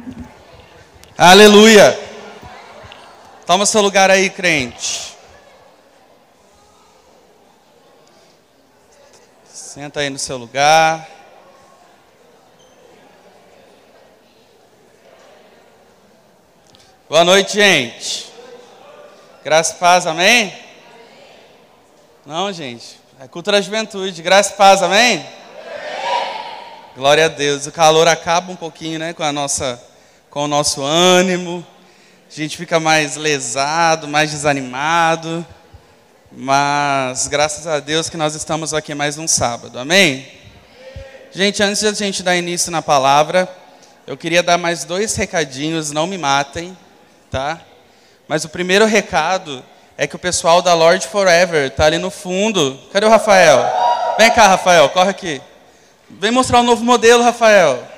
Aleluia. Toma seu lugar aí, crente. Senta aí no seu lugar. Boa noite, gente. Graça e paz, amém? Não, gente. É culto da juventude. Graça e paz, amém? Glória a Deus. O calor acaba um pouquinho, né, com o nosso ânimo. A gente fica mais lesado, mais desanimado. Mas graças a Deus que nós estamos aqui mais um sábado, amém? Gente, antes de a gente dar início na palavra, eu queria dar mais 2 recadinhos, não me matem, tá? Mas o primeiro recado é que o pessoal da Lord Forever está ali no fundo. Cadê o Rafael? Vem cá, Rafael, corre aqui. Vem mostrar o novo modelo, Rafael.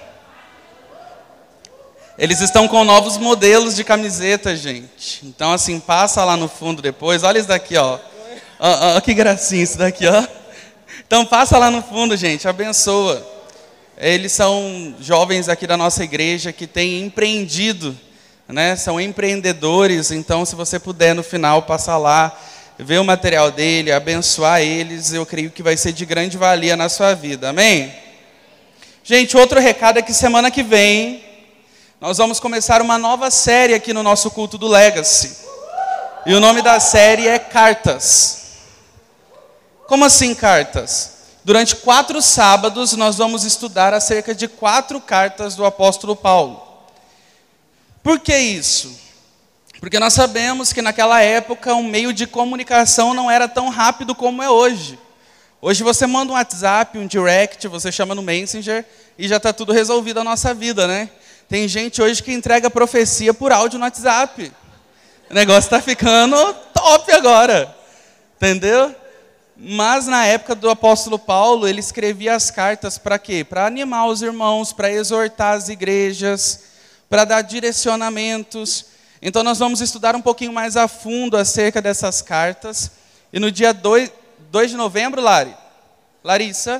Eles estão com novos modelos de camiseta, gente. Então, assim, passa lá no fundo depois. Olha isso daqui, ó. Ó, que gracinha isso daqui, ó. Então, passa lá no fundo, gente. Abençoa. Eles são jovens aqui da nossa igreja que têm empreendido, né? São empreendedores. Então, se você puder, no final, passar lá, ver o material dele, abençoar eles, eu creio que vai ser de grande valia na sua vida. Amém? Gente, outro recado é que semana que vem nós vamos começar uma nova série aqui no nosso culto do Legacy. E o nome da série é Cartas. Como assim cartas? Durante 4 sábados nós vamos estudar acerca de 4 cartas do apóstolo Paulo. Por que isso? Porque nós sabemos que naquela época um meio de comunicação não era tão rápido como é hoje. Hoje você manda um WhatsApp, um direct, você chama no Messenger e já está tudo resolvido a nossa vida, né? Tem gente hoje que entrega profecia por áudio no WhatsApp. O negócio está ficando top agora. Entendeu? Mas na época do apóstolo Paulo, ele escrevia as cartas para quê? Para animar os irmãos, para exortar as igrejas, para dar direcionamentos. Então nós vamos estudar um pouquinho mais a fundo acerca dessas cartas. E no dia 2 de novembro, Larissa,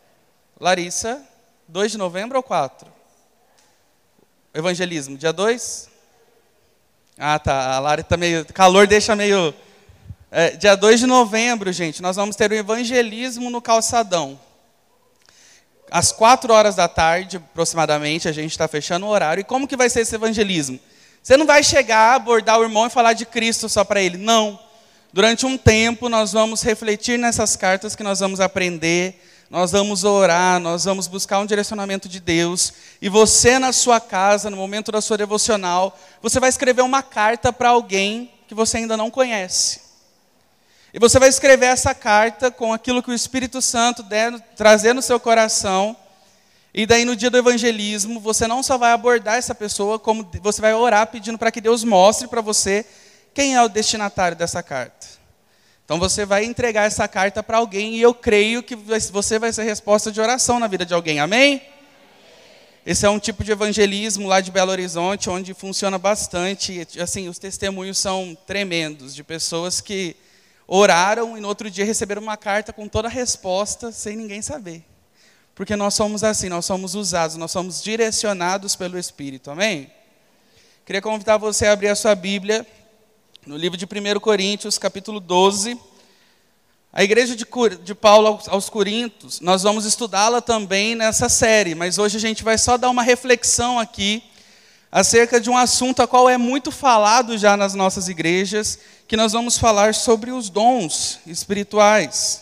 2 de novembro ou 4? Evangelismo, dia 2? Ah, tá, a Lara está meio... calor deixa meio... dia 2 de novembro, gente, nós vamos ter o evangelismo no Calçadão. Às 4 horas da tarde, aproximadamente, a gente está fechando o horário. E como que vai ser esse evangelismo? Você não vai chegar, abordar o irmão e falar de Cristo só para ele. Não. Durante um tempo, nós vamos refletir nessas cartas que nós vamos aprender. Nós vamos orar, nós vamos buscar um direcionamento de Deus. E você na sua casa, no momento da sua devocional, você vai escrever uma carta para alguém que você ainda não conhece. E você vai escrever essa carta com aquilo que o Espírito Santo der, trazer no seu coração. E daí no dia do evangelismo, você não só vai abordar essa pessoa, como você vai orar pedindo para que Deus mostre para você quem é o destinatário dessa carta. Então você vai entregar essa carta para alguém e eu creio que você vai ser resposta de oração na vida de alguém, amém? Esse é um tipo de evangelismo lá de Belo Horizonte, onde funciona bastante. Assim, os testemunhos são tremendos, de pessoas que oraram e no outro dia receberam uma carta com toda a resposta, sem ninguém saber. Porque nós somos assim, nós somos usados, nós somos direcionados pelo Espírito, amém? Queria convidar você a abrir a sua Bíblia no livro de 1 Coríntios, capítulo 12, a igreja de Paulo aos Coríntios, nós vamos estudá-la também nessa série, mas hoje a gente vai só dar uma reflexão aqui, acerca de um assunto a qual é muito falado já nas nossas igrejas, que nós vamos falar sobre os dons espirituais.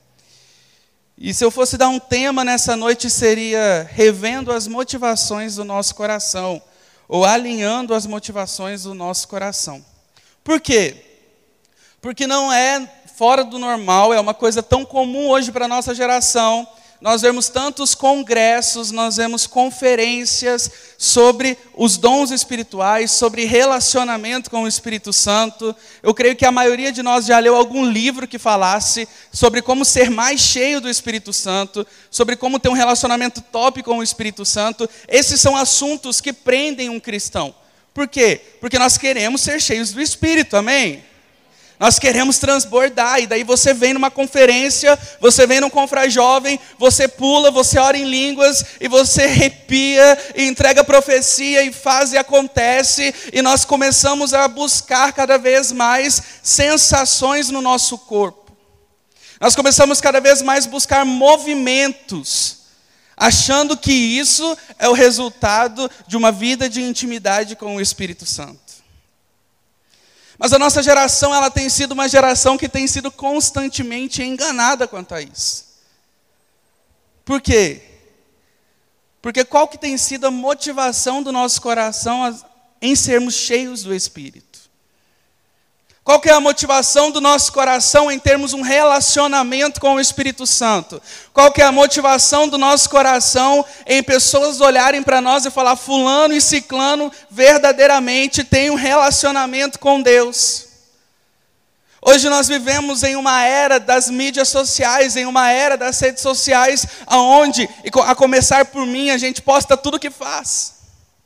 E se eu fosse dar um tema nessa noite, seria revendo as motivações do nosso coração, ou alinhando as motivações do nosso coração. Por quê? Porque não é fora do normal, é uma coisa tão comum hoje para a nossa geração. Nós vemos tantos congressos, nós vemos conferências sobre os dons espirituais, sobre relacionamento com o Espírito Santo. Eu creio que a maioria de nós já leu algum livro que falasse sobre como ser mais cheio do Espírito Santo, sobre como ter um relacionamento top com o Espírito Santo. Esses são assuntos que prendem um cristão. Por quê? Porque nós queremos ser cheios do Espírito, amém? Nós queremos transbordar, e daí você vem numa conferência, você vem num confrajovem, você pula, você ora em línguas, e você arrepia, e entrega profecia, e faz e acontece, e nós começamos a buscar cada vez mais sensações no nosso corpo. Nós começamos cada vez mais a buscar movimentos, achando que isso é o resultado de uma vida de intimidade com o Espírito Santo. Mas a nossa geração, ela tem sido uma geração que tem sido constantemente enganada quanto a isso. Por quê? Porque qual que tem sido a motivação do nosso coração em sermos cheios do Espírito? Qual que é a motivação do nosso coração em termos um relacionamento com o Espírito Santo? Qual que é a motivação do nosso coração em pessoas olharem para nós e falar, fulano e ciclano verdadeiramente tem um relacionamento com Deus? Hoje nós vivemos em uma era das mídias sociais, em uma era das redes sociais, onde, a começar por mim, a gente posta tudo que faz.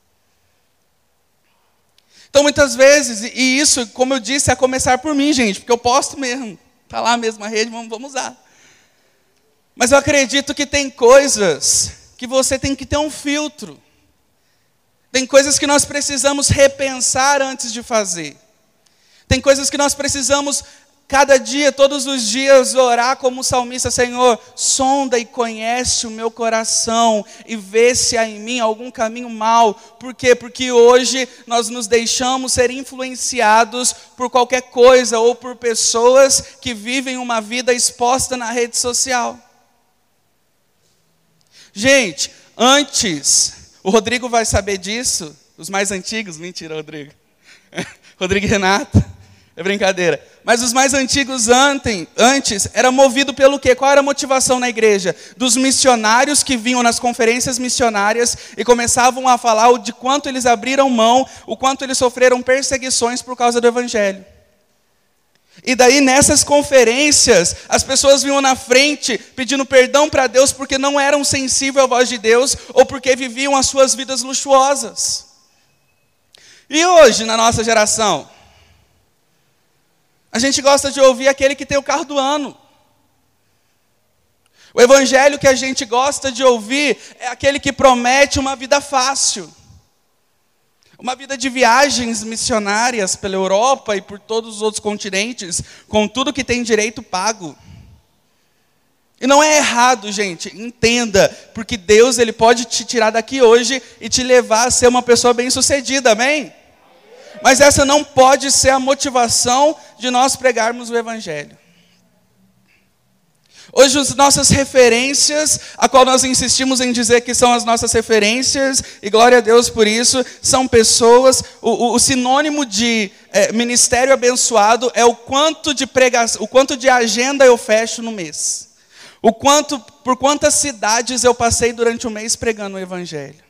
Então, muitas vezes, e isso, como eu disse, é a começar por mim, gente, porque eu posto mesmo. Está lá a mesma rede, vamos usar. Mas eu acredito que tem coisas que você tem que ter um filtro. Tem coisas que nós precisamos repensar antes de fazer. Tem coisas que nós precisamos, cada dia, todos os dias, orar como o salmista, Senhor, sonda e conhece o meu coração e vê se há em mim algum caminho mau. Por quê? Porque hoje nós nos deixamos ser influenciados por qualquer coisa ou por pessoas que vivem uma vida exposta na rede social. Gente, antes, o Rodrigo vai saber disso, os mais antigos, mentira, Rodrigo. Rodrigo e Renata. É brincadeira. Mas os mais antigos antes era movido pelo quê? Qual era a motivação na igreja? Dos missionários que vinham nas conferências missionárias e começavam a falar de quanto eles abriram mão, o quanto eles sofreram perseguições por causa do evangelho. E daí nessas conferências, as pessoas vinham na frente pedindo perdão para Deus porque não eram sensíveis à voz de Deus ou porque viviam as suas vidas luxuosas. E hoje, na nossa geração, a gente gosta de ouvir aquele que tem o carro do ano. O evangelho que a gente gosta de ouvir é aquele que promete uma vida fácil. Uma vida de viagens missionárias pela Europa e por todos os outros continentes, com tudo que tem direito pago. E não é errado, gente, entenda, porque Deus ele pode te tirar daqui hoje e te levar a ser uma pessoa bem-sucedida, amém? Mas essa não pode ser a motivação de nós pregarmos o evangelho. Hoje as nossas referências, a qual nós insistimos em dizer que são as nossas referências, e glória a Deus por isso, são pessoas, o sinônimo de ministério abençoado é o quanto de pregação, o quanto de agenda eu fecho no mês. Por quantas cidades eu passei durante o mês pregando o evangelho.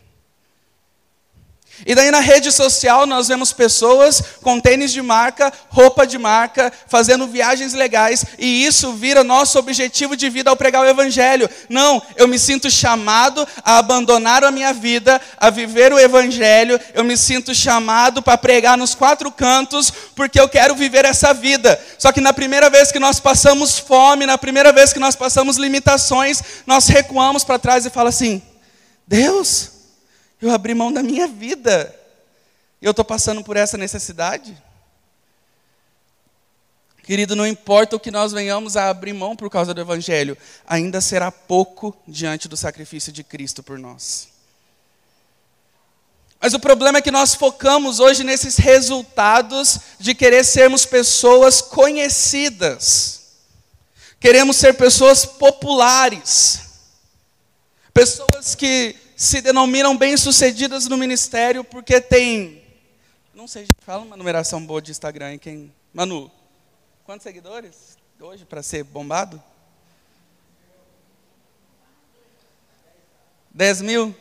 E daí na rede social nós vemos pessoas com tênis de marca, roupa de marca, fazendo viagens legais, e isso vira nosso objetivo de vida ao pregar o evangelho. Não, eu me sinto chamado a abandonar a minha vida, a viver o evangelho, eu me sinto chamado para pregar nos 4 cantos, porque eu quero viver essa vida. Só que na primeira vez que nós passamos fome, na primeira vez que nós passamos limitações, nós recuamos para trás e falamos assim, Deus, eu abri mão da minha vida. E eu estou passando por essa necessidade? Querido, não importa o que nós venhamos a abrir mão por causa do evangelho, ainda será pouco diante do sacrifício de Cristo por nós. Mas o problema é que nós focamos hoje nesses resultados de querer sermos pessoas conhecidas. Queremos ser pessoas populares. Pessoas que se denominam bem-sucedidas no ministério porque tem, não sei, fala uma numeração boa de Instagram, quem? Manu, quantos seguidores hoje para ser bombado? 10 mil?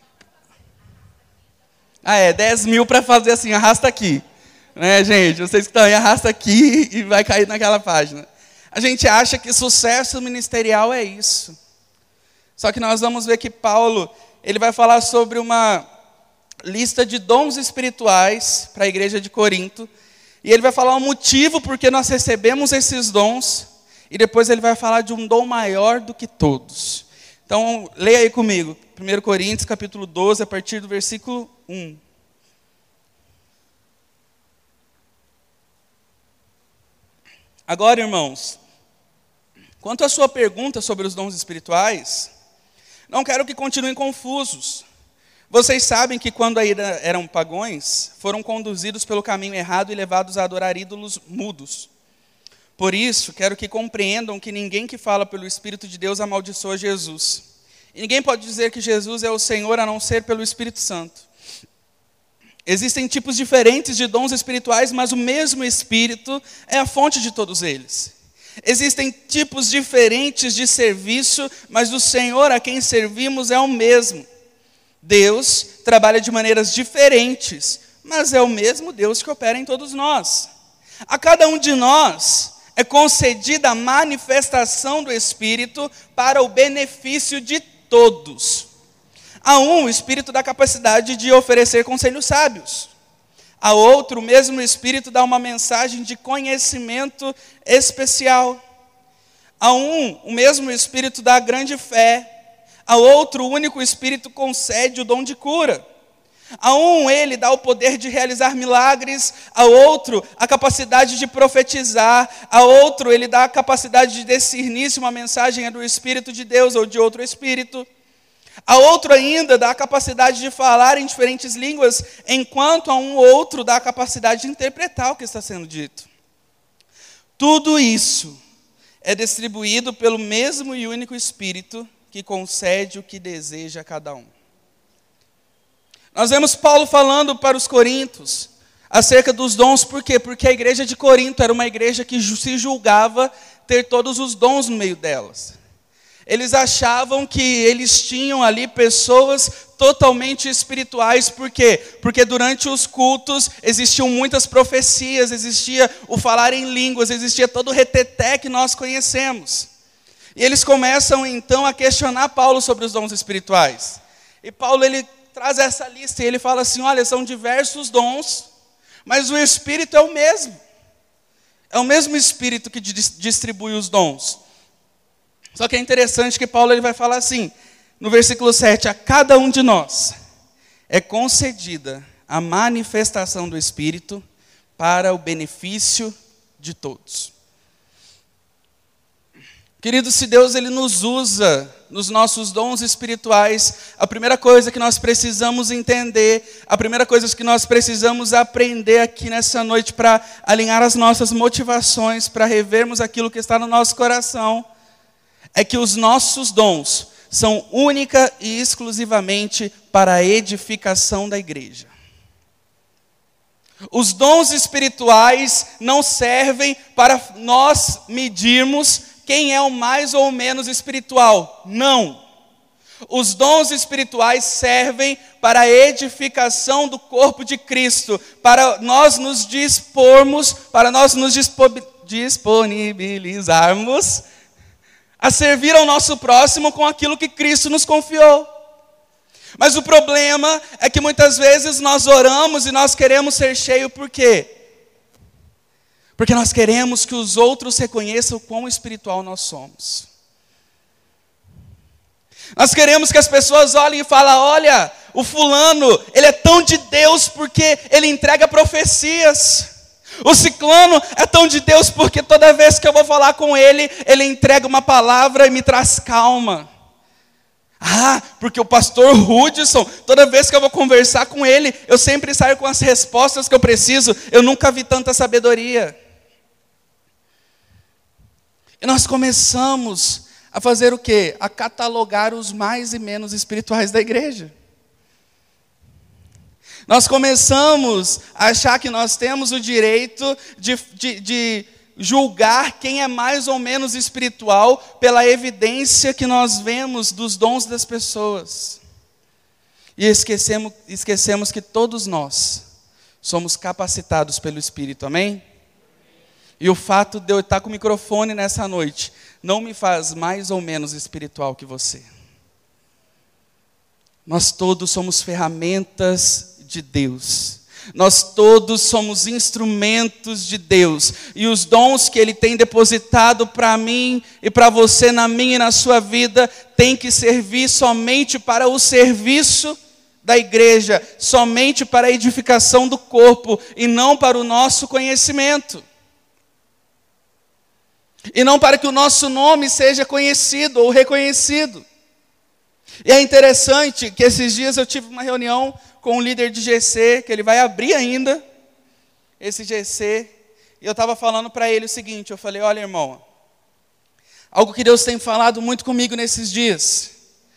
10 mil para fazer assim, arrasta aqui. Né, gente? Vocês que estão aí, arrasta aqui e vai cair naquela página. A gente acha que sucesso ministerial é isso. Só que nós vamos ver que Paulo, ele vai falar sobre uma lista de dons espirituais para a igreja de Corinto. E ele vai falar o motivo porque nós recebemos esses dons. E depois ele vai falar de um dom maior do que todos. Então, leia aí comigo. 1 Coríntios, capítulo 12, a partir do versículo 1. Agora, irmãos, quanto à sua pergunta sobre os dons espirituais, não quero que continuem confusos. Vocês sabem que quando ainda eram pagãos, foram conduzidos pelo caminho errado e levados a adorar ídolos mudos. Por isso, quero que compreendam que ninguém que fala pelo Espírito de Deus amaldiçoa Jesus. E ninguém pode dizer que Jesus é o Senhor a não ser pelo Espírito Santo. Existem tipos diferentes de dons espirituais, mas o mesmo Espírito é a fonte de todos eles. Existem tipos diferentes de serviço, mas o Senhor a quem servimos é o mesmo. Deus trabalha de maneiras diferentes, mas é o mesmo Deus que opera em todos nós. A cada um de nós é concedida a manifestação do Espírito para o benefício de todos. A um, o Espírito dá capacidade de oferecer conselhos sábios. A outro, o mesmo Espírito dá uma mensagem de conhecimento especial. A um, o mesmo Espírito dá grande fé. A outro, o único Espírito concede o dom de cura. A um, ele dá o poder de realizar milagres. A outro, a capacidade de profetizar. A outro, ele dá a capacidade de discernir se uma mensagem é do Espírito de Deus ou de outro Espírito. A outro ainda dá a capacidade de falar em diferentes línguas, enquanto a um outro dá a capacidade de interpretar o que está sendo dito. Tudo isso é distribuído pelo mesmo e único Espírito que concede o que deseja a cada um. Nós vemos Paulo falando para os coríntios acerca dos dons, por quê? Porque a igreja de Corinto era uma igreja que se julgava ter todos os dons no meio delas. Eles achavam que eles tinham ali pessoas totalmente espirituais, por quê? Porque durante os cultos existiam muitas profecias, existia o falar em línguas, existia todo o reteté que nós conhecemos. E eles começam então a questionar Paulo sobre os dons espirituais. E Paulo ele traz essa lista e ele fala assim, olha, são diversos dons, mas o Espírito é o mesmo. É o mesmo Espírito que distribui os dons. Só que é interessante que Paulo ele vai falar assim, no versículo 7, a cada um de nós é concedida a manifestação do Espírito para o benefício de todos. Queridos, se Deus ele nos usa nos nossos dons espirituais, a primeira coisa que nós precisamos entender, a primeira coisa que nós precisamos aprender aqui nessa noite para alinhar as nossas motivações, para revermos aquilo que está no nosso coração, é que os nossos dons são única e exclusivamente para a edificação da igreja. Os dons espirituais não servem para nós medirmos quem é o mais ou menos espiritual. Não. Os dons espirituais servem para a edificação do corpo de Cristo, para nós nos dispormos, para nós nos disponibilizarmos a servir ao nosso próximo com aquilo que Cristo nos confiou. Mas o problema é que muitas vezes nós oramos e nós queremos ser cheios, por quê? Porque nós queremos que os outros reconheçam o quão espiritual nós somos. Nós queremos que as pessoas olhem e falem, olha, o fulano, ele é tão de Deus porque ele entrega profecias. O ciclano é tão de Deus porque toda vez que eu vou falar com ele, ele entrega uma palavra e me traz calma. Ah, porque o pastor Hudson, toda vez que eu vou conversar com ele, eu sempre saio com as respostas que eu preciso. Eu nunca vi tanta sabedoria. E nós começamos a fazer o quê? A catalogar os mais e menos espirituais da igreja. Nós começamos a achar que nós temos o direito de julgar quem é mais ou menos espiritual pela evidência que nós vemos dos dons das pessoas. E esquecemos que todos nós somos capacitados pelo Espírito, amém? E o fato de eu estar com o microfone nessa noite não me faz mais ou menos espiritual que você. Nós todos somos ferramentas de Deus. Nós todos somos instrumentos de Deus. E os dons que Ele tem depositado para mim e para você, na minha e na sua vida, tem que servir somente para o serviço da igreja, somente para a edificação do corpo e não para o nosso conhecimento. E não para que o nosso nome seja conhecido ou reconhecido. E é interessante que esses dias eu tive uma reunião com um líder de GC, que ele vai abrir ainda esse GC, e eu estava falando para ele o seguinte, eu falei, olha irmão, algo que Deus tem falado muito comigo nesses dias,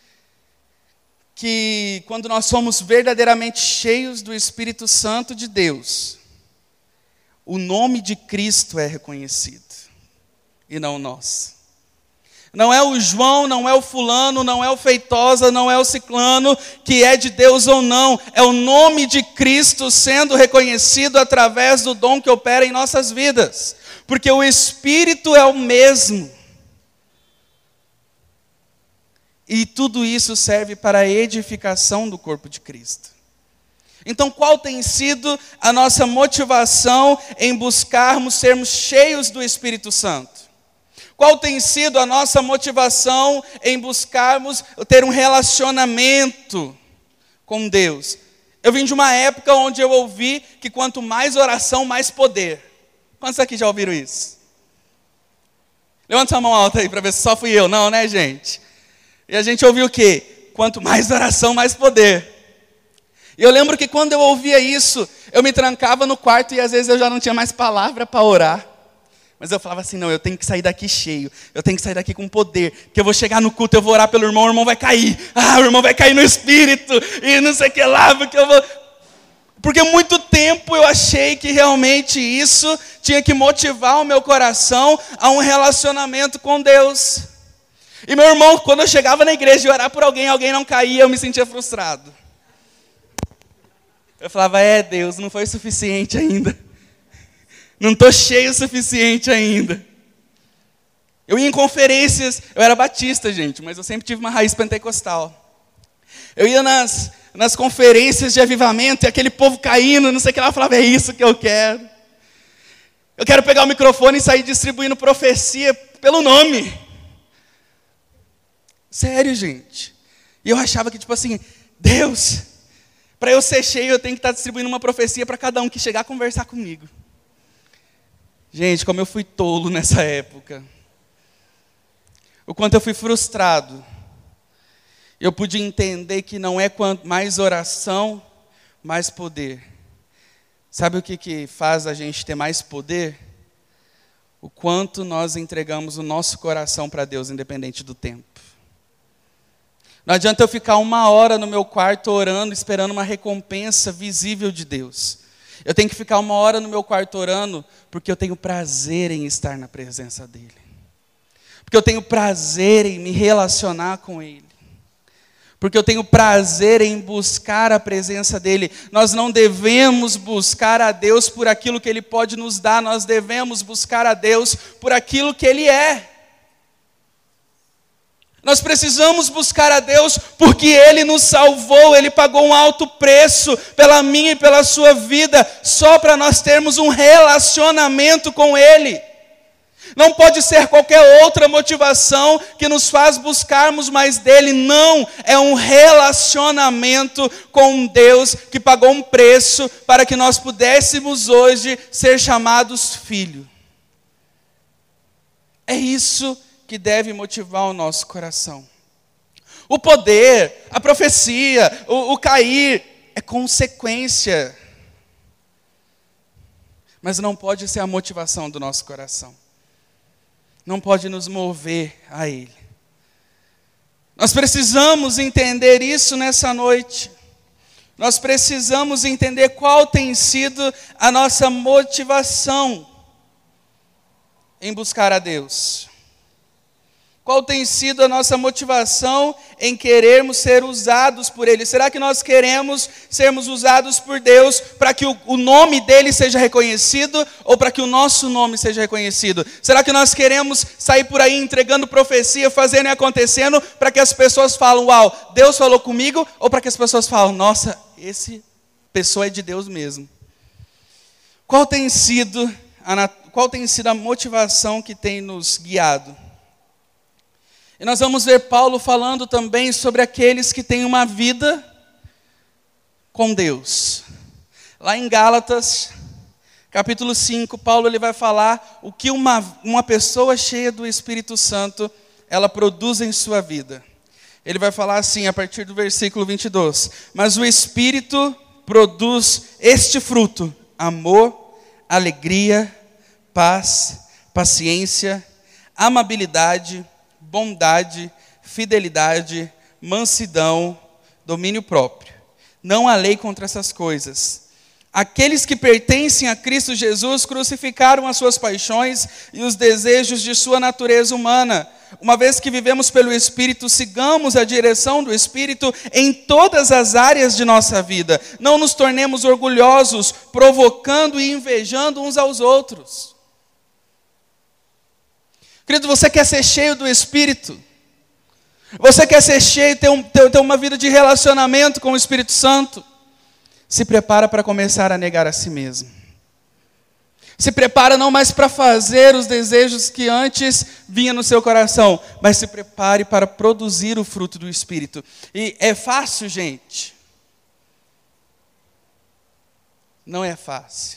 que quando nós somos verdadeiramente cheios do Espírito Santo de Deus, o nome de Cristo é reconhecido, e não nós. Não é o João, não é o fulano, não é o Feitosa, não é o ciclano, que é de Deus ou não. É o nome de Cristo sendo reconhecido através do dom que opera em nossas vidas. Porque o Espírito é o mesmo. E tudo isso serve para a edificação do corpo de Cristo. Então, qual tem sido a nossa motivação em buscarmos sermos cheios do Espírito Santo? Qual tem sido a nossa motivação em buscarmos ter um relacionamento com Deus? Eu vim de uma época onde eu ouvi que quanto mais oração, mais poder. Quantos aqui já ouviram isso? Levanta a mão alta aí para ver se só fui eu. Não, né, gente? E a gente ouviu o quê? Quanto mais oração, mais poder. E eu lembro que quando eu ouvia isso, eu me trancava no quarto e às vezes eu já não tinha mais palavra para orar. Mas eu falava assim, não, eu tenho que sair daqui cheio, eu tenho que sair daqui com poder, que eu vou chegar no culto, eu vou orar pelo irmão, o irmão vai cair, o irmão vai cair no espírito, e não sei o que lá, porque muito tempo eu achei que realmente isso tinha que motivar o meu coração a um relacionamento com Deus. E meu irmão, quando eu chegava na igreja e orar por alguém não caía, eu me sentia frustrado. Eu falava, Deus, não foi suficiente ainda. Não estou cheio o suficiente ainda. Eu ia em conferências, eu era batista, gente, mas eu sempre tive uma raiz pentecostal. Eu ia nas conferências de avivamento, e aquele povo caindo, não sei o que lá, eu falava, é isso que eu quero. Eu quero pegar o microfone e sair distribuindo profecia pelo nome. Sério, gente. E eu achava que, tipo assim, Deus, para eu ser cheio, eu tenho que estar distribuindo uma profecia para cada um que chegar a conversar comigo. Gente, como eu fui tolo nessa época. O quanto eu fui frustrado. Eu pude entender que não é quanto mais oração, mais poder. Sabe o que faz a gente ter mais poder? O quanto nós entregamos o nosso coração para Deus, independente do tempo. Não adianta eu ficar 1 hora no meu quarto orando, esperando uma recompensa visível de Deus. Eu tenho que ficar 1 hora no meu quarto orando, porque eu tenho prazer em estar na presença dEle. Porque eu tenho prazer em me relacionar com Ele. Porque eu tenho prazer em buscar a presença dEle. Nós não devemos buscar a Deus por aquilo que Ele pode nos dar, nós devemos buscar a Deus por aquilo que Ele é. Nós precisamos buscar a Deus porque Ele nos salvou, Ele pagou um alto preço pela minha e pela sua vida, só para nós termos um relacionamento com Ele. Não pode ser qualquer outra motivação que nos faz buscarmos mais dEle, não. É um relacionamento com Deus que pagou um preço para que nós pudéssemos hoje ser chamados filhos. É isso que deve motivar o nosso coração. O poder, a profecia, o cair, é consequência. Mas não pode ser a motivação do nosso coração. Não pode nos mover a Ele. Nós precisamos entender isso nessa noite. Nós precisamos entender qual tem sido a nossa motivação em buscar a Deus. Qual tem sido a nossa motivação em querermos ser usados por Ele? Será que nós queremos sermos usados por Deus para que o nome dEle seja reconhecido ou para que o nosso nome seja reconhecido? Será que nós queremos sair por aí entregando profecia, fazendo e acontecendo para que as pessoas falem, uau, Deus falou comigo? Ou para que as pessoas falem, nossa, esse pessoa é de Deus mesmo. Qual tem sido a motivação que tem nos guiado? E nós vamos ver Paulo falando também sobre aqueles que têm uma vida com Deus. Lá em Gálatas, capítulo 5, Paulo ele vai falar o que uma pessoa cheia do Espírito Santo, ela produz em sua vida. Ele vai falar assim, a partir do versículo 22. Mas o Espírito produz este fruto: amor, alegria, paz, paciência, amabilidade, bondade, fidelidade, mansidão, domínio próprio. Não há lei contra essas coisas. Aqueles que pertencem a Cristo Jesus crucificaram as suas paixões e os desejos de sua natureza humana. Uma vez que vivemos pelo Espírito, sigamos a direção do Espírito em todas as áreas de nossa vida. Não nos tornemos orgulhosos, provocando e invejando uns aos outros. Querido, você quer ser cheio do Espírito? Você quer ser cheio, ter uma vida de relacionamento com o Espírito Santo? Se prepara para começar a negar a si mesmo. Se prepara não mais para fazer os desejos que antes vinham no seu coração, mas se prepare para produzir o fruto do Espírito. E é fácil, gente? Não é fácil.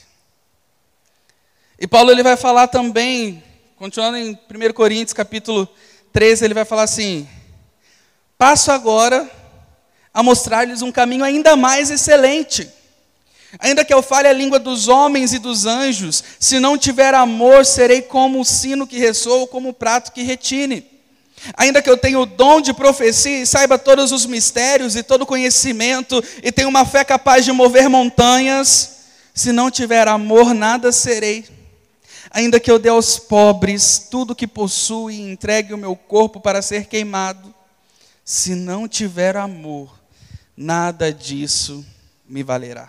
E Paulo ele vai falar também, continuando em 1 Coríntios capítulo 13, ele vai falar assim: passo agora a mostrar-lhes um caminho ainda mais excelente. Ainda que eu fale a língua dos homens e dos anjos, se não tiver amor, serei como o sino que ressoa ou como o prato que retine. Ainda que eu tenha o dom de profecia e saiba todos os mistérios e todo o conhecimento, e tenha uma fé capaz de mover montanhas, se não tiver amor, nada serei. Ainda que eu dê aos pobres tudo o que possuo e entregue o meu corpo para ser queimado, se não tiver amor, nada disso me valerá.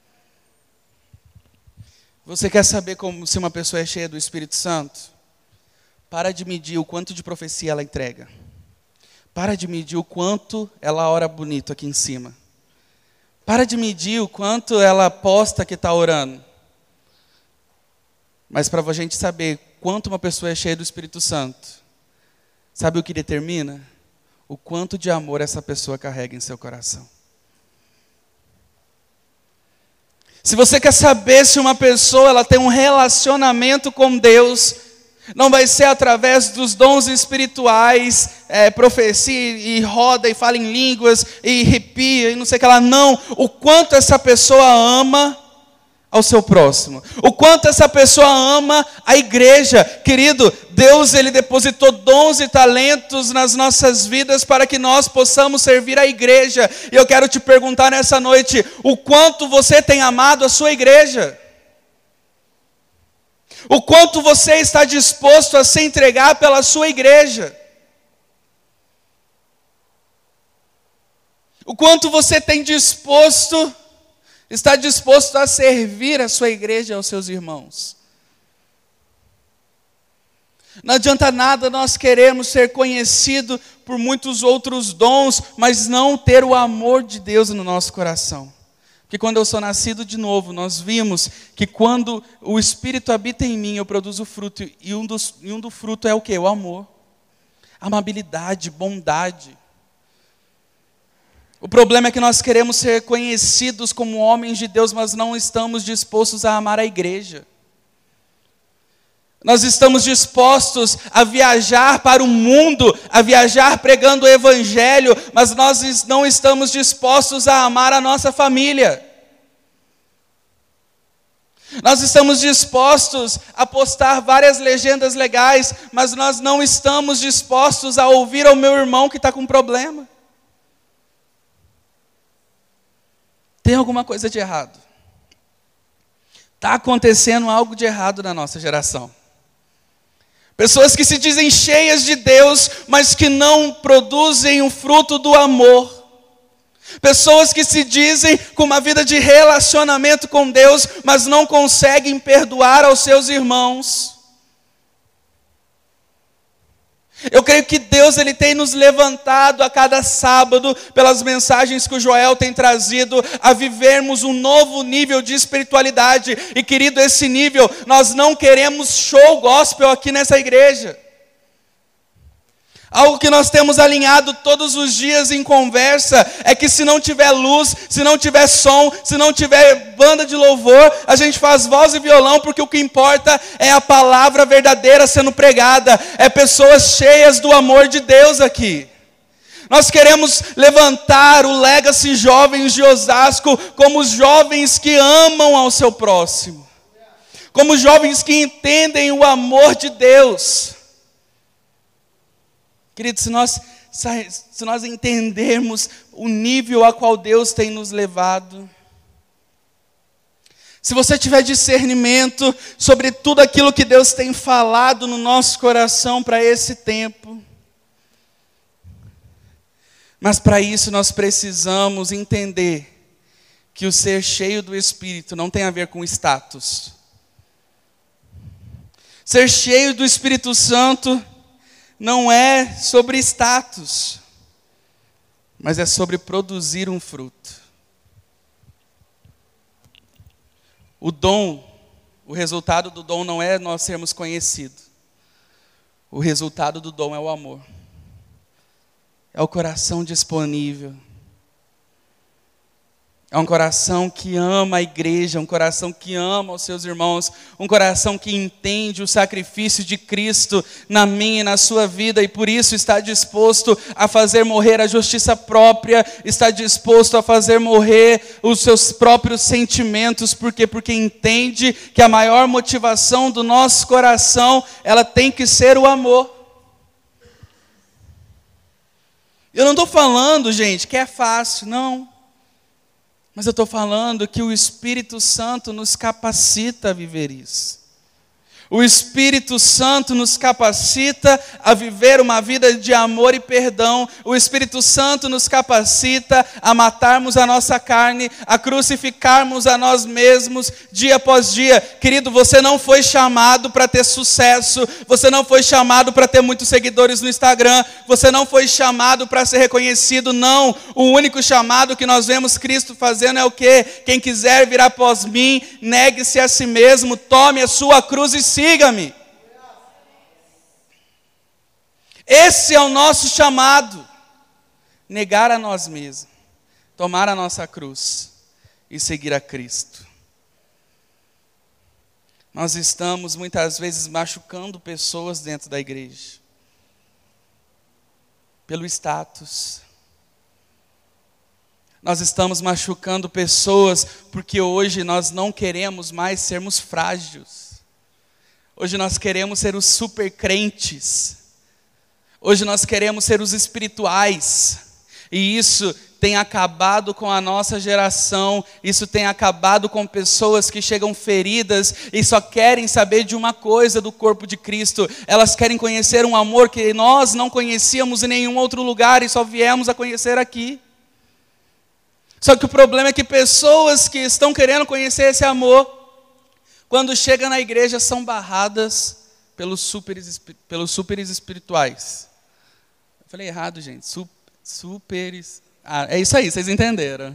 Você quer saber se uma pessoa é cheia do Espírito Santo? Para de medir o quanto de profecia ela entrega. Para de medir o quanto ela ora bonito aqui em cima. Para de medir o quanto ela posta que está orando. Mas para a gente saber quanto uma pessoa é cheia do Espírito Santo, sabe o que determina? O quanto de amor essa pessoa carrega em seu coração. Se você quer saber se uma pessoa ela tem um relacionamento com Deus, não vai ser através dos dons espirituais, profecia e roda e fala em línguas e arrepia e não sei o que lá. Não, o quanto essa pessoa ama ao seu próximo. O quanto essa pessoa ama a igreja. Querido, Deus ele depositou dons e talentos nas nossas vidas para que nós possamos servir a igreja. E eu quero te perguntar nessa noite, o quanto você tem amado a sua igreja? O quanto você está disposto a se entregar pela sua igreja? O quanto você está disposto a servir a sua igreja e aos seus irmãos? Não adianta nada nós queremos ser conhecidos por muitos outros dons, mas não ter o amor de Deus no nosso coração. Porque quando eu sou nascido de novo, nós vimos que quando o Espírito habita em mim, eu produzo fruto. E um do fruto é o quê? O amor. Amabilidade, bondade. O problema é que nós queremos ser conhecidos como homens de Deus, mas não estamos dispostos a amar a igreja. Nós estamos dispostos a viajar para o mundo, a viajar pregando o evangelho, mas nós não estamos dispostos a amar a nossa família. Nós estamos dispostos a postar várias legendas legais, mas nós não estamos dispostos a ouvir ao meu irmão que está com problema. Tem alguma coisa de errado. Está acontecendo algo de errado na nossa geração. Pessoas que se dizem cheias de Deus, mas que não produzem o fruto do amor. Pessoas que se dizem com uma vida de relacionamento com Deus, mas não conseguem perdoar aos seus irmãos. Eu creio que Deus ele tem nos levantado a cada sábado, pelas mensagens que o Joel tem trazido, a vivermos um novo nível de espiritualidade. E querido, esse nível, nós não queremos show gospel aqui nessa igreja. Algo que nós temos alinhado todos os dias em conversa é que se não tiver luz, se não tiver som, se não tiver banda de louvor, a gente faz voz e violão, porque o que importa é a palavra verdadeira sendo pregada, é pessoas cheias do amor de Deus aqui. Nós queremos levantar o Legacy Jovens de Osasco como os jovens que amam ao seu próximo, como os jovens que entendem o amor de Deus. Queridos, se nós entendermos o nível a qual Deus tem nos levado, se você tiver discernimento sobre tudo aquilo que Deus tem falado no nosso coração para esse tempo, mas para isso nós precisamos entender que o ser cheio do Espírito não tem a ver com status. Ser cheio do Espírito Santo não é sobre status, mas é sobre produzir um fruto. O dom, o resultado do dom não é nós sermos conhecidos. O resultado do dom é o amor. É o coração disponível. É um coração que ama a igreja, um coração que ama os seus irmãos, um coração que entende o sacrifício de Cristo na minha e na sua vida, e por isso está disposto a fazer morrer a justiça própria, está disposto a fazer morrer os seus próprios sentimentos. Por quê? Porque entende que a maior motivação do nosso coração, ela tem que ser o amor. Eu não estou falando, gente, que é fácil, não. Mas eu estou falando que o Espírito Santo nos capacita a viver isso. O Espírito Santo nos capacita a viver uma vida de amor e perdão. O Espírito Santo nos capacita a matarmos a nossa carne, a crucificarmos a nós mesmos dia após dia. Querido, você não foi chamado para ter sucesso, você não foi chamado para ter muitos seguidores no Instagram, você não foi chamado para ser reconhecido, não. O único chamado que nós vemos Cristo fazendo é o quê? Quem quiser vir após mim, negue-se a si mesmo, tome a sua cruz e siga-me. Esse é o nosso chamado. Negar a nós mesmos, tomar a nossa cruz e seguir a Cristo. Nós estamos muitas vezes machucando pessoas dentro da igreja, pelo status. Nós estamos machucando pessoas porque hoje nós não queremos mais sermos frágeis. Hoje nós queremos ser os super crentes. Hoje nós queremos ser os espirituais. E isso tem acabado com a nossa geração. Isso tem acabado com pessoas que chegam feridas e só querem saber de uma coisa do corpo de Cristo. Elas querem conhecer um amor que nós não conhecíamos em nenhum outro lugar e só viemos a conhecer aqui. Só que o problema é que pessoas que estão querendo conhecer esse amor, quando chegam na igreja, são barradas pelos superes espirituais. Eu falei errado, gente. Superes. É isso aí, vocês entenderam.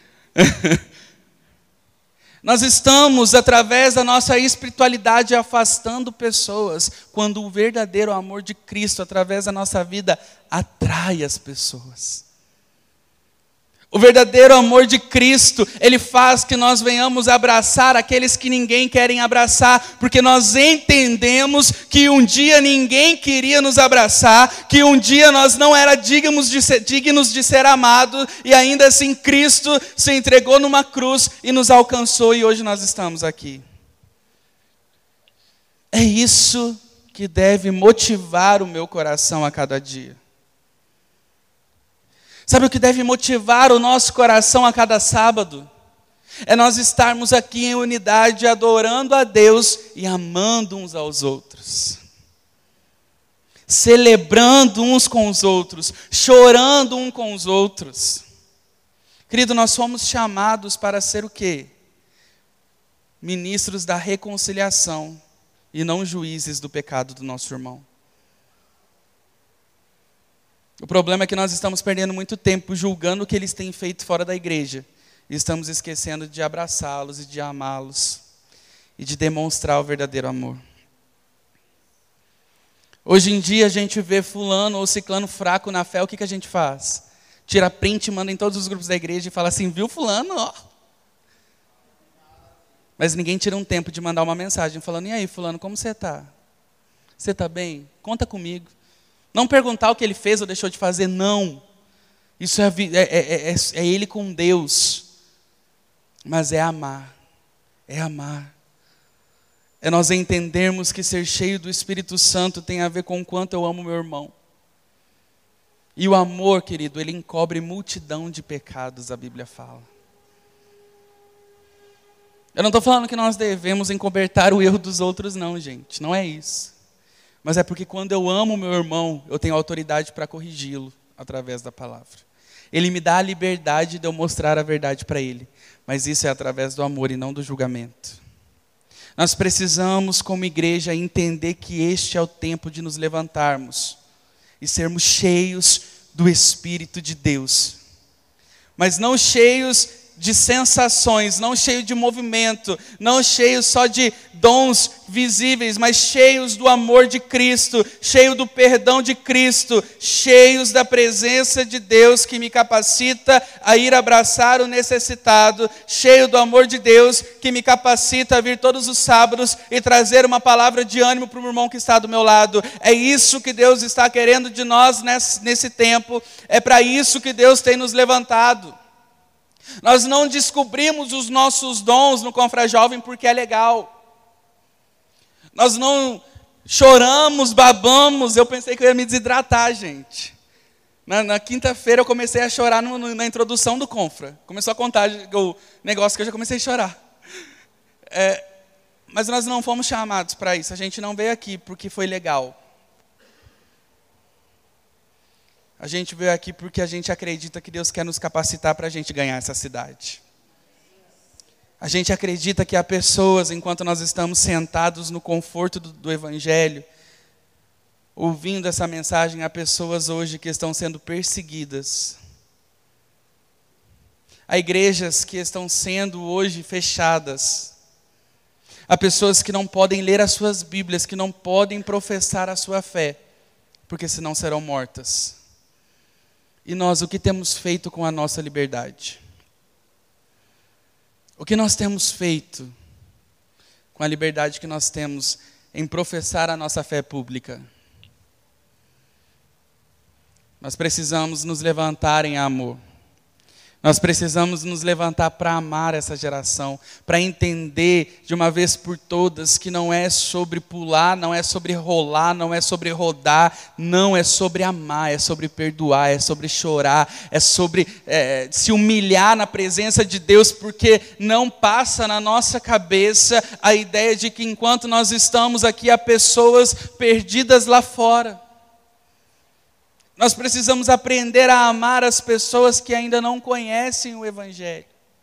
Nós estamos, através da nossa espiritualidade, afastando pessoas, quando o verdadeiro amor de Cristo, através da nossa vida, atrai as pessoas. O verdadeiro amor de Cristo, ele faz que nós venhamos abraçar aqueles que ninguém quer abraçar, porque nós entendemos que um dia ninguém queria nos abraçar, que um dia nós não éramos dignos de ser amados, e ainda assim Cristo se entregou numa cruz e nos alcançou, e hoje nós estamos aqui. É isso que deve motivar o meu coração a cada dia. Sabe o que deve motivar o nosso coração a cada sábado? É nós estarmos aqui em unidade, adorando a Deus e amando uns aos outros. Celebrando uns com os outros, chorando uns com os outros. Querido, nós somos chamados para ser o quê? Ministros da reconciliação e não juízes do pecado do nosso irmão. O problema é que nós estamos perdendo muito tempo julgando o que eles têm feito fora da igreja. E estamos esquecendo de abraçá-los e de amá-los e de demonstrar o verdadeiro amor. Hoje em dia a gente vê fulano ou ciclano fraco na fé, o que a gente faz? Tira print, manda em todos os grupos da igreja e fala assim, viu fulano, ó. Mas ninguém tira um tempo de mandar uma mensagem falando, e aí fulano, como você está? Você está bem? Conta comigo. Não perguntar o que ele fez ou deixou de fazer, não. Isso é ele com Deus. Mas é amar. É amar. É nós entendermos que ser cheio do Espírito Santo tem a ver com o quanto eu amo meu irmão. E o amor, querido, ele encobre multidão de pecados, a Bíblia fala. Eu não estou falando que nós devemos encobertar o erro dos outros, não, gente. Não é isso. Mas é porque quando eu amo meu irmão, eu tenho autoridade para corrigi-lo através da palavra. Ele me dá a liberdade de eu mostrar a verdade para ele. Mas isso é através do amor e não do julgamento. Nós precisamos, como igreja, entender que este é o tempo de nos levantarmos e sermos cheios do Espírito de Deus. Mas não cheios de sensações, não cheios de movimento, não cheios só de dons visíveis, mas cheios do amor de Cristo, cheios do perdão de Cristo, cheios da presença de Deus que me capacita a ir abraçar o necessitado, cheio do amor de Deus que me capacita a vir todos os sábados e trazer uma palavra de ânimo para o irmão que está do meu lado. É isso que Deus está querendo de nós nesse tempo, é para isso que Deus tem nos levantado. Nós não descobrimos os nossos dons no Confrajovem porque é legal. Nós não choramos, babamos. Eu pensei que eu ia me desidratar, gente. Na quinta-feira eu comecei a chorar na introdução do Confra. Começou a contar o negócio que eu já comecei a chorar. Mas nós não fomos chamados para isso. A gente não veio aqui porque foi legal. A gente veio aqui porque a gente acredita que Deus quer nos capacitar para a gente ganhar essa cidade. A gente acredita que há pessoas, enquanto nós estamos sentados no conforto do Evangelho, ouvindo essa mensagem, há pessoas hoje que estão sendo perseguidas. Há igrejas que estão sendo hoje fechadas. Há pessoas que não podem ler as suas Bíblias, que não podem professar a sua fé, porque senão serão mortas. E nós, o que temos feito com a nossa liberdade? O que nós temos feito com a liberdade que nós temos em professar a nossa fé pública? Nós precisamos nos levantar em amor. Nós precisamos nos levantar para amar essa geração, para entender de uma vez por todas que não é sobre pular, não é sobre rolar, não é sobre rodar, não é sobre amar, é sobre perdoar, é sobre chorar, é sobre se humilhar na presença de Deus, porque não passa na nossa cabeça a ideia de que enquanto nós estamos aqui há pessoas perdidas lá fora. Nós precisamos aprender a amar as pessoas que ainda não conhecem o Evangelho.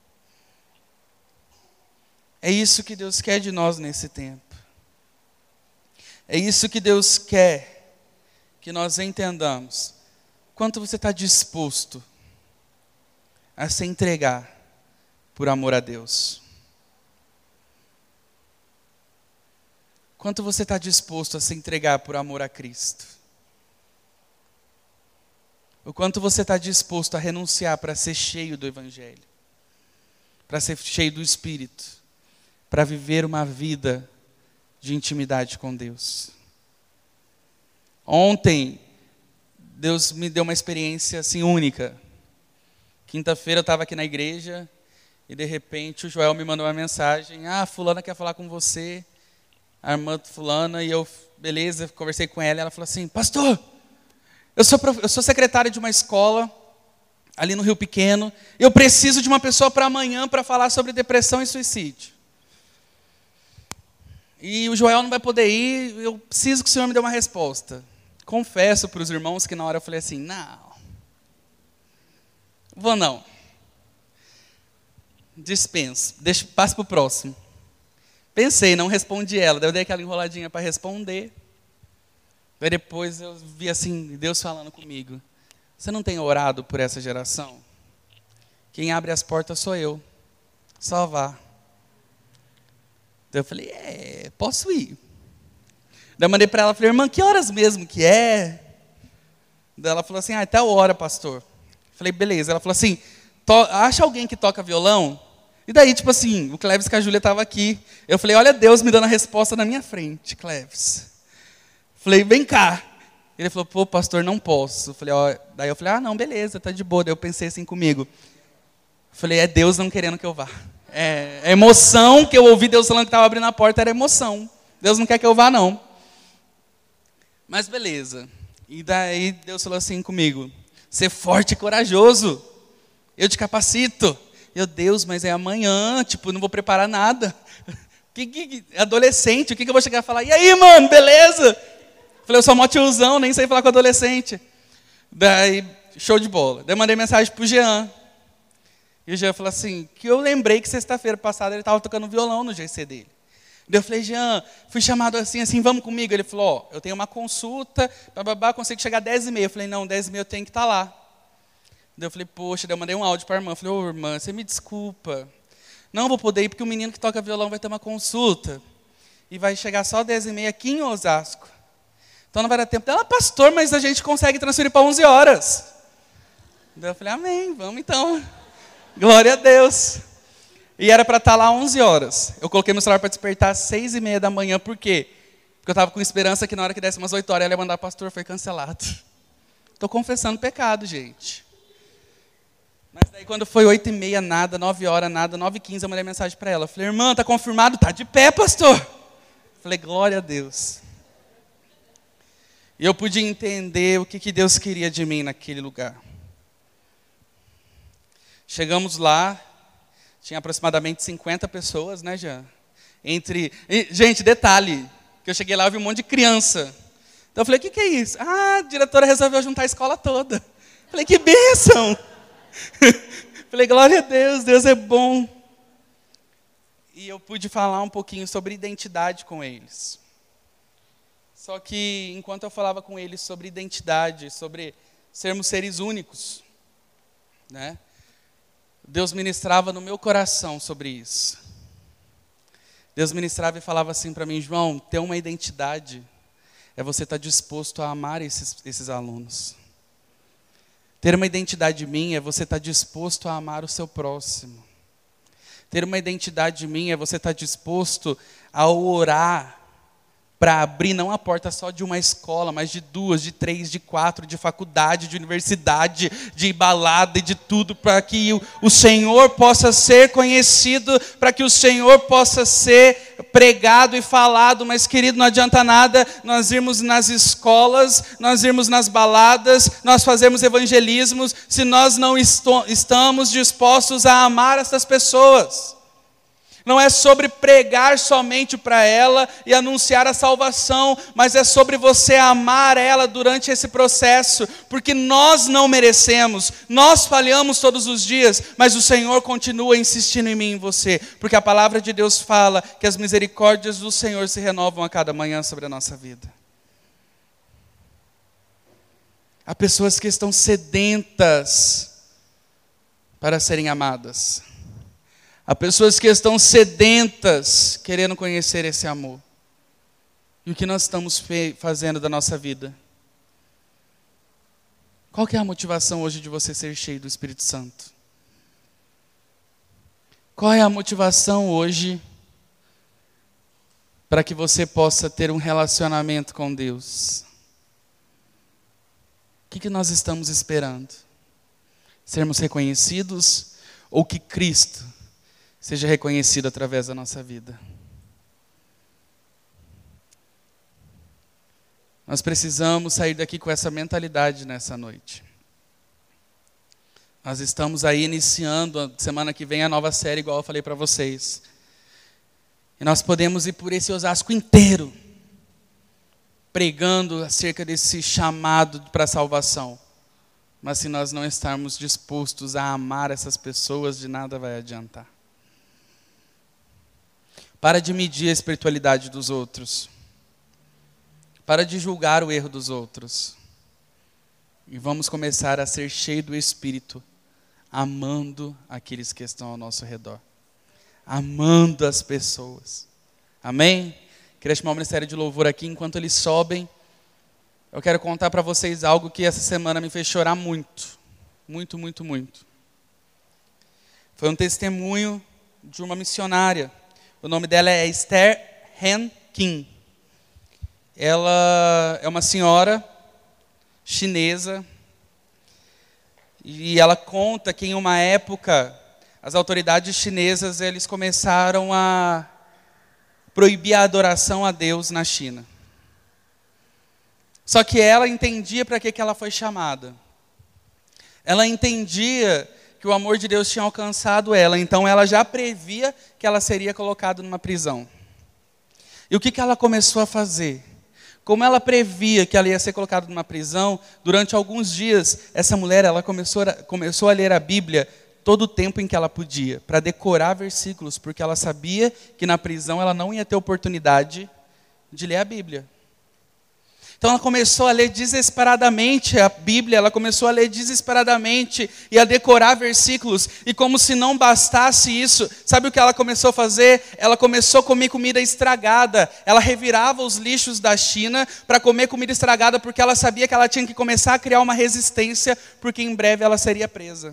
É isso que Deus quer de nós nesse tempo. É isso que Deus quer que nós entendamos. Quanto você está disposto a se entregar por amor a Deus? Quanto você está disposto a se entregar por amor a Cristo? O quanto você está disposto a renunciar para ser cheio do Evangelho, para ser cheio do Espírito, para viver uma vida de intimidade com Deus. Ontem, Deus me deu uma experiência assim única. Quinta-feira eu estava aqui na igreja e de repente o Joel me mandou uma mensagem: fulana quer falar com você, a irmã fulana, e eu, beleza, conversei com ela e ela falou assim: pastor, eu sou secretário de uma escola ali no Rio Pequeno. Eu preciso de uma pessoa para amanhã para falar sobre depressão e suicídio. E o Joel não vai poder ir, eu preciso que o senhor me dê uma resposta. Confesso para os irmãos que na hora eu falei assim: não, vou não. Dispenso, passo para o próximo. Pensei, não respondi ela, daí eu dei aquela enroladinha para responder. Aí depois eu vi assim, Deus falando comigo: Você não tem orado por essa geração? Quem abre as portas sou eu. Só vá. Daí eu falei, posso ir. Daí eu mandei para ela, falei, irmã, que horas mesmo que é? Daí ela falou assim, até a hora, pastor. Eu falei, beleza. Ela falou assim, acha alguém que toca violão? E daí, tipo assim, o Cleves com a Júlia estavam aqui. Eu falei, olha Deus me dando a resposta na minha frente, Cleves. Falei, vem cá. Ele falou, pô, pastor, não posso. Daí eu falei, não, beleza, tá de boa. Daí eu pensei assim comigo. Falei, é Deus não querendo que eu vá. É emoção que eu ouvi Deus falando que estava abrindo a porta, era emoção. Deus não quer que eu vá, não. Mas beleza. E daí Deus falou assim comigo, ser forte e corajoso. Eu te capacito. Deus, mas é amanhã, tipo, não vou preparar nada. Adolescente, o que eu vou chegar a falar? E aí, mano, beleza? Falei, eu sou mó tiozão, nem sei falar com adolescente. Daí, show de bola. Daí eu mandei mensagem pro Jean. E o Jean falou assim, que eu lembrei que sexta-feira passada ele estava tocando violão no GC dele. Daí eu falei, Jean, fui chamado assim, vamos comigo. Ele falou, eu tenho uma consulta, consigo chegar às 10h30. Eu falei, não, 10h30 eu tenho que estar lá. Daí eu falei, poxa, daí eu mandei um áudio para a irmã. Eu falei, irmã, você me desculpa. Não vou poder ir porque o menino que toca violão vai ter uma consulta. E vai chegar só às 10h30 aqui em Osasco. Então não vai dar tempo. Ela, pastor, mas a gente consegue transferir para 11 horas. Daí eu falei, amém, vamos então. Glória a Deus. E era para estar lá 11 horas. Eu coloquei meu celular para despertar às 6h30 da manhã. Por quê? Porque eu estava com esperança que na hora que desse umas 8 horas, ela ia mandar, pastor, foi cancelado. Estou confessando pecado, gente. Mas daí quando foi 8h30, nada, 9 horas, nada, 9h15, eu mandei mensagem para ela. Eu falei, irmã, está confirmado? Está de pé, pastor. Eu falei, glória a Deus. E eu pude entender o que Deus queria de mim naquele lugar. Chegamos lá, tinha aproximadamente 50 pessoas, né, Jean? Gente, detalhe, que eu cheguei lá e vi um monte de criança. Então eu falei, o que é isso? A diretora resolveu juntar a escola toda. Eu falei, que bênção! Falei, glória a Deus, Deus é bom. E eu pude falar um pouquinho sobre identidade com eles. Só que, enquanto eu falava com eles sobre identidade, sobre sermos seres únicos, né? Deus ministrava no meu coração sobre isso. Deus ministrava e falava assim para mim, João, ter uma identidade é você estar disposto a amar esses alunos. Ter uma identidade minha é você estar disposto a amar o seu próximo. Ter uma identidade minha é você estar disposto a orar para abrir não a porta só de uma escola, mas de 2, de 3, de 4, de faculdade, de universidade, de balada e de tudo, para que o Senhor possa ser conhecido, para que o Senhor possa ser pregado e falado. Mas, querido, não adianta nada nós irmos nas escolas, nós irmos nas baladas, nós fazemos evangelismos, se nós não estamos dispostos a amar essas pessoas. Não é sobre pregar somente para ela e anunciar a salvação, mas é sobre você amar ela durante esse processo, porque nós não merecemos, nós falhamos todos os dias, mas o Senhor continua insistindo em mim e em você, porque a palavra de Deus fala que as misericórdias do Senhor se renovam a cada manhã sobre a nossa vida. Há pessoas que estão sedentas para serem amadas. Há pessoas que estão sedentas, querendo conhecer esse amor. E o que nós estamos fazendo da nossa vida? Qual que é a motivação hoje de você ser cheio do Espírito Santo? Qual é a motivação hoje para que você possa ter um relacionamento com Deus? O que nós estamos esperando? Sermos reconhecidos ou que Cristo seja reconhecido através da nossa vida? Nós precisamos sair daqui com essa mentalidade nessa noite. Nós estamos aí iniciando, semana que vem, a nova série, igual eu falei para vocês. E nós podemos ir por esse Osasco inteiro, pregando acerca desse chamado para a salvação. Mas se nós não estarmos dispostos a amar essas pessoas, de nada vai adiantar. Para de medir a espiritualidade dos outros. Para de julgar o erro dos outros. E vamos começar a ser cheios do Espírito, amando aqueles que estão ao nosso redor. Amando as pessoas. Amém? Queria chamar o Ministério de Louvor aqui. Enquanto eles sobem, eu quero contar para vocês algo que essa semana me fez chorar muito. Muito, muito, muito. Foi um testemunho de uma missionária. O nome dela é Esther Han Kim. Ela é uma senhora chinesa. E ela conta que em uma época, as autoridades chinesas eles começaram a proibir a adoração a Deus na China. Só que ela entendia para que ela foi chamada. Ela entendia que o amor de Deus tinha alcançado ela, então ela já previa que ela seria colocada numa prisão. E o que ela começou a fazer? Como ela previa que ela ia ser colocada numa prisão, durante alguns dias, essa mulher ela começou a ler a Bíblia todo o tempo em que ela podia, para decorar versículos, porque ela sabia que na prisão ela não ia ter oportunidade de ler a Bíblia. Então ela começou a ler desesperadamente a Bíblia, ela começou a ler desesperadamente e a decorar versículos. E como se não bastasse isso, sabe o que ela começou a fazer? Ela começou a comer comida estragada. Ela revirava os lixos da China para comer comida estragada, porque ela sabia que ela tinha que começar a criar uma resistência, porque em breve ela seria presa.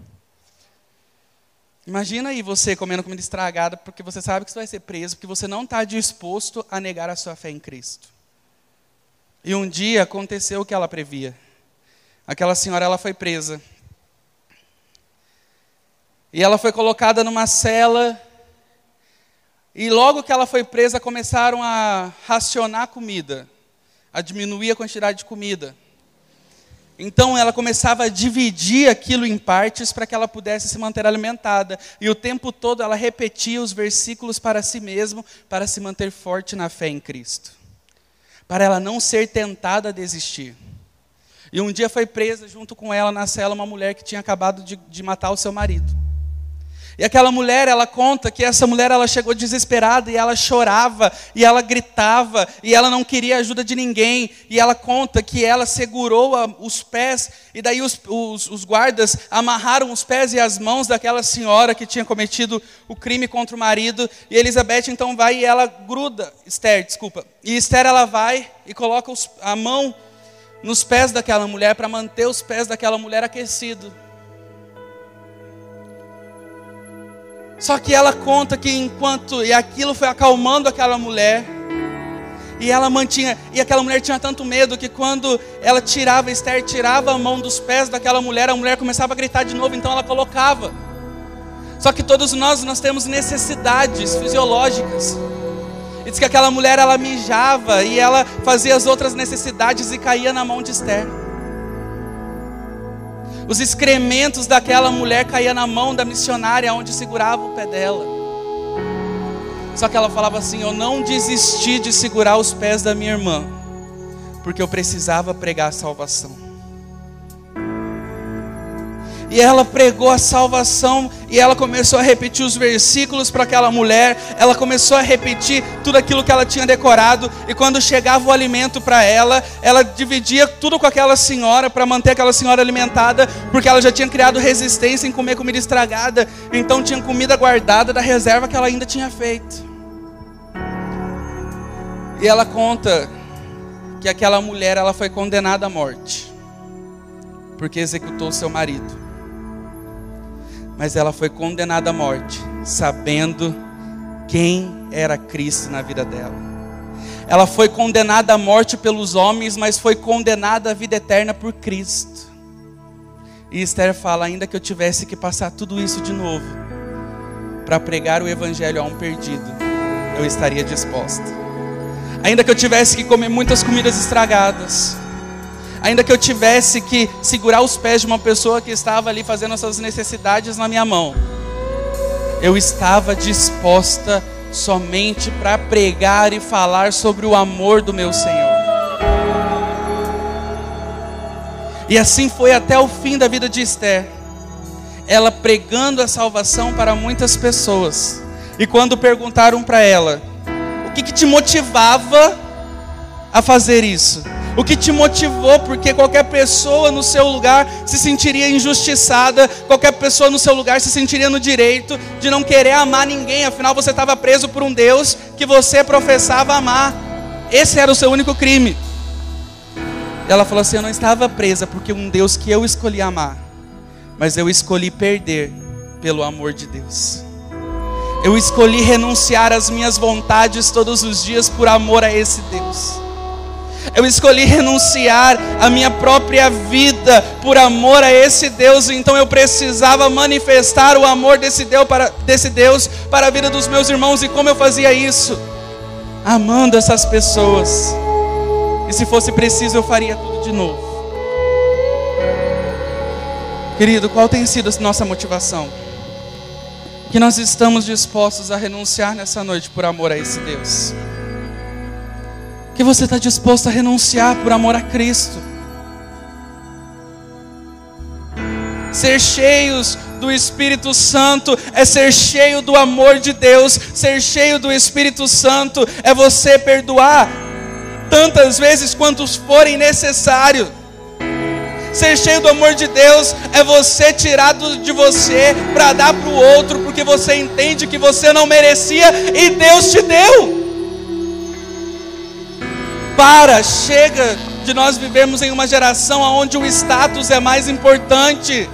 Imagina aí você comendo comida estragada, porque você sabe que você vai ser preso, porque você não está disposto a negar a sua fé em Cristo. E um dia aconteceu o que ela previa. Aquela senhora, ela foi presa. E ela foi colocada numa cela. E logo que ela foi presa, começaram a racionar comida. A diminuir a quantidade de comida. Então ela começava a dividir aquilo em partes para que ela pudesse se manter alimentada. E o tempo todo ela repetia os versículos para si mesma, para se manter forte na fé em Cristo. Para ela não ser tentada a desistir. E um dia foi presa junto com ela na cela uma mulher que tinha acabado de matar o seu marido. E aquela mulher, ela conta que essa mulher ela chegou desesperada e ela chorava, e ela gritava, e ela não queria ajuda de ninguém. E ela conta que ela segurou os pés, e daí os guardas amarraram os pés e as mãos daquela senhora que tinha cometido o crime contra o marido. E Elizabeth então vai e ela gruda, e Esther ela vai e coloca a mão nos pés daquela mulher para manter os pés daquela mulher aquecidos. Só que ela conta que e aquilo foi acalmando aquela mulher, e ela mantinha, e aquela mulher tinha tanto medo que quando ela Esther tirava a mão dos pés daquela mulher, a mulher começava a gritar de novo, então ela colocava. Só que todos nós temos necessidades fisiológicas. E diz que aquela mulher ela mijava e ela fazia as outras necessidades e caía na mão de Esther. Os excrementos daquela mulher caíam na mão da missionária, onde segurava o pé dela. Só que ela falava assim: eu não desisti de segurar os pés da minha irmã, porque eu precisava pregar a salvação. E ela pregou a salvação, e ela começou a repetir os versículos para aquela mulher. Ela começou a repetir tudo aquilo que ela tinha decorado. E quando chegava o alimento para ela, ela dividia tudo com aquela senhora, para manter aquela senhora alimentada, porque ela já tinha criado resistência em comer comida estragada. Então tinha comida guardada da reserva que ela ainda tinha feito. E ela conta que aquela mulher ela foi condenada à morte, porque executou seu marido. Mas ela foi condenada à morte, sabendo quem era Cristo na vida dela. Ela foi condenada à morte pelos homens, mas foi condenada à vida eterna por Cristo. E Esther fala: ainda que eu tivesse que passar tudo isso de novo, para pregar o evangelho a um perdido, eu estaria disposta. Ainda que eu tivesse que comer muitas comidas estragadas, ainda que eu tivesse que segurar os pés de uma pessoa que estava ali fazendo as suas necessidades na minha mão, eu estava disposta somente para pregar e falar sobre o amor do meu Senhor. E assim foi até o fim da vida de Esther. Ela pregando a salvação para muitas pessoas. E quando perguntaram para ela: o que te motivava a fazer isso? O que te motivou, porque qualquer pessoa no seu lugar se sentiria injustiçada, qualquer pessoa no seu lugar se sentiria no direito de não querer amar ninguém, afinal você estava preso por um Deus que você professava amar. Esse era o seu único crime. E ela falou assim: eu não estava presa porque um Deus que eu escolhi amar, mas eu escolhi perder pelo amor de Deus. Eu escolhi renunciar às minhas vontades todos os dias por amor a esse Deus. Eu escolhi renunciar à minha própria vida por amor a esse Deus. Então eu precisava manifestar o amor desse Deus para a vida dos meus irmãos. E como eu fazia isso? Amando essas pessoas. E se fosse preciso eu faria tudo de novo. Querido, qual tem sido a nossa motivação? Que nós estamos dispostos a renunciar nessa noite por amor a esse Deus. Que você está disposto a renunciar por amor a Cristo. Ser cheios do Espírito Santo é ser cheio do amor de Deus. Ser cheio do Espírito Santo é você perdoar tantas vezes quantos forem necessário. Ser cheio do amor de Deus é você tirar de você para dar para o outro, porque você entende que você não merecia e Deus te deu. Chega de nós vivermos em uma geração onde o status é mais importante.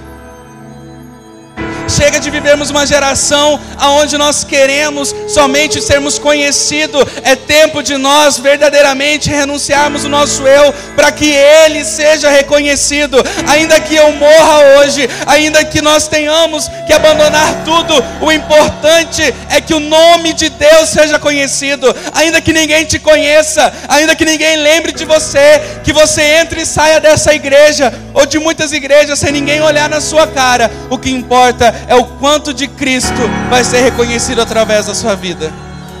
Chega de vivermos uma geração onde nós queremos somente sermos conhecidos. É tempo de nós verdadeiramente renunciarmos o nosso eu para que Ele seja reconhecido. Ainda que eu morra hoje, ainda que nós tenhamos que abandonar tudo, o importante é que o nome de Deus seja conhecido. Ainda que ninguém te conheça, ainda que ninguém lembre de você, que você entre e saia dessa igreja ou de muitas igrejas sem ninguém olhar na sua cara. O que importa é o quanto de Cristo vai ser reconhecido através da sua vida.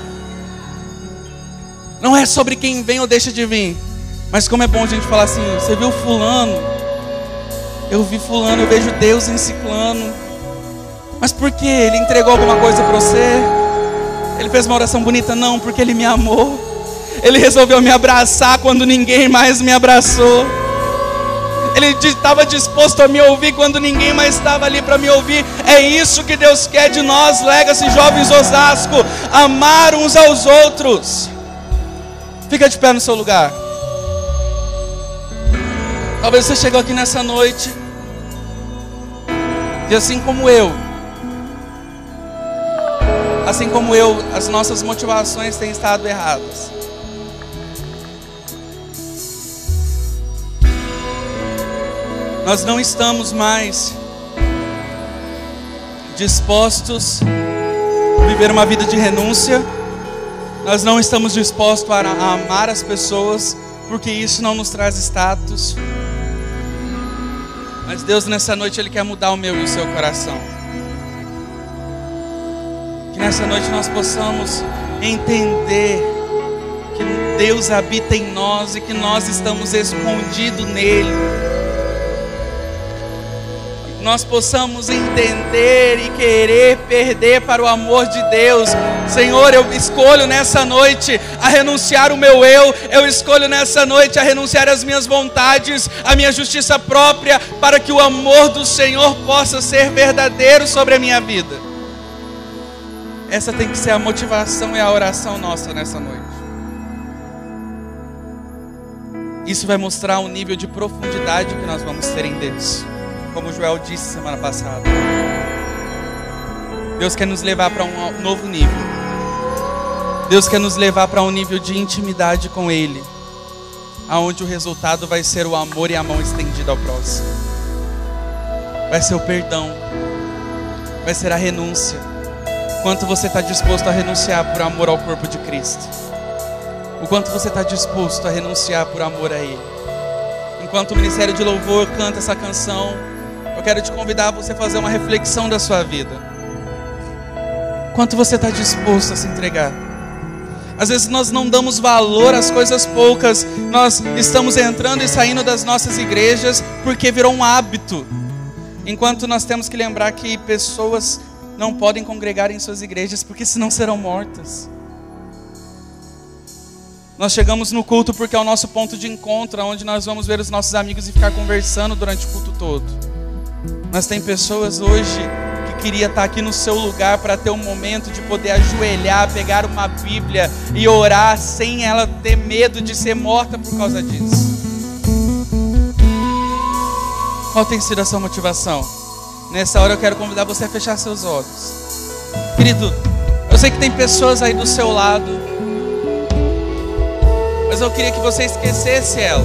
Não é sobre quem vem ou deixa de vir, mas como é bom a gente falar assim: você viu fulano? Eu vi fulano, eu vejo Deus em ciclano. Mas por quê? Ele entregou alguma coisa para você? Ele fez uma oração bonita? Não, porque Ele me amou. Ele resolveu me abraçar quando ninguém mais me abraçou. Ele estava disposto a me ouvir quando ninguém mais estava ali para me ouvir. É isso que Deus quer de nós, Legacy Jovens Osasco: amar uns aos outros. Fica de pé no seu lugar. Talvez você chegou aqui nessa noite e assim como eu, as nossas motivações têm estado erradas. Nós não estamos mais dispostos a viver uma vida de renúncia. Nós não estamos dispostos a amar as pessoas, porque isso não nos traz status. Mas Deus nessa noite Ele quer mudar o meu e o seu coração. Que nessa noite nós possamos entender que Deus habita em nós e que nós estamos escondidos nele. Nós possamos entender e querer perder para o amor de Deus. Senhor, eu escolho nessa noite a renunciar o meu eu escolho nessa noite a renunciar às minhas vontades, à minha justiça própria, para que o amor do Senhor possa ser verdadeiro sobre a minha vida. Essa tem que ser a motivação e a oração nossa nessa noite. Isso vai mostrar o nível de profundidade que nós vamos ter em Deus. Como o Joel disse semana passada, Deus quer nos levar para um novo nível. Deus quer nos levar para um nível de intimidade com Ele, aonde o resultado vai ser o amor e a mão estendida ao próximo. Vai ser o perdão, vai ser a renúncia. Quanto você está disposto a renunciar por amor ao corpo de Cristo? O quanto você está disposto a renunciar por amor a Ele? Enquanto o Ministério de Louvor canta essa canção, eu quero te convidar a você fazer uma reflexão da sua vida. Quanto você está disposto a se entregar? Às vezes nós não damos valor às coisas poucas. Nós estamos entrando e saindo das nossas igrejas porque virou um hábito. Enquanto nós temos que lembrar que pessoas não podem congregar em suas igrejas porque senão serão mortas. Nós chegamos no culto porque é o nosso ponto de encontro, onde nós vamos ver os nossos amigos e ficar conversando durante o culto todo. Mas tem pessoas hoje que queria estar aqui no seu lugar para ter um momento de poder ajoelhar, pegar uma Bíblia e orar sem ela ter medo de ser morta por causa disso. Qual tem sido a sua motivação? Nessa hora eu quero convidar você a fechar seus olhos. Querido, eu sei que tem pessoas aí do seu lado, mas eu queria que você esquecesse ela,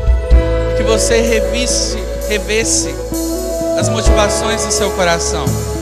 que você revesse as motivações do seu coração.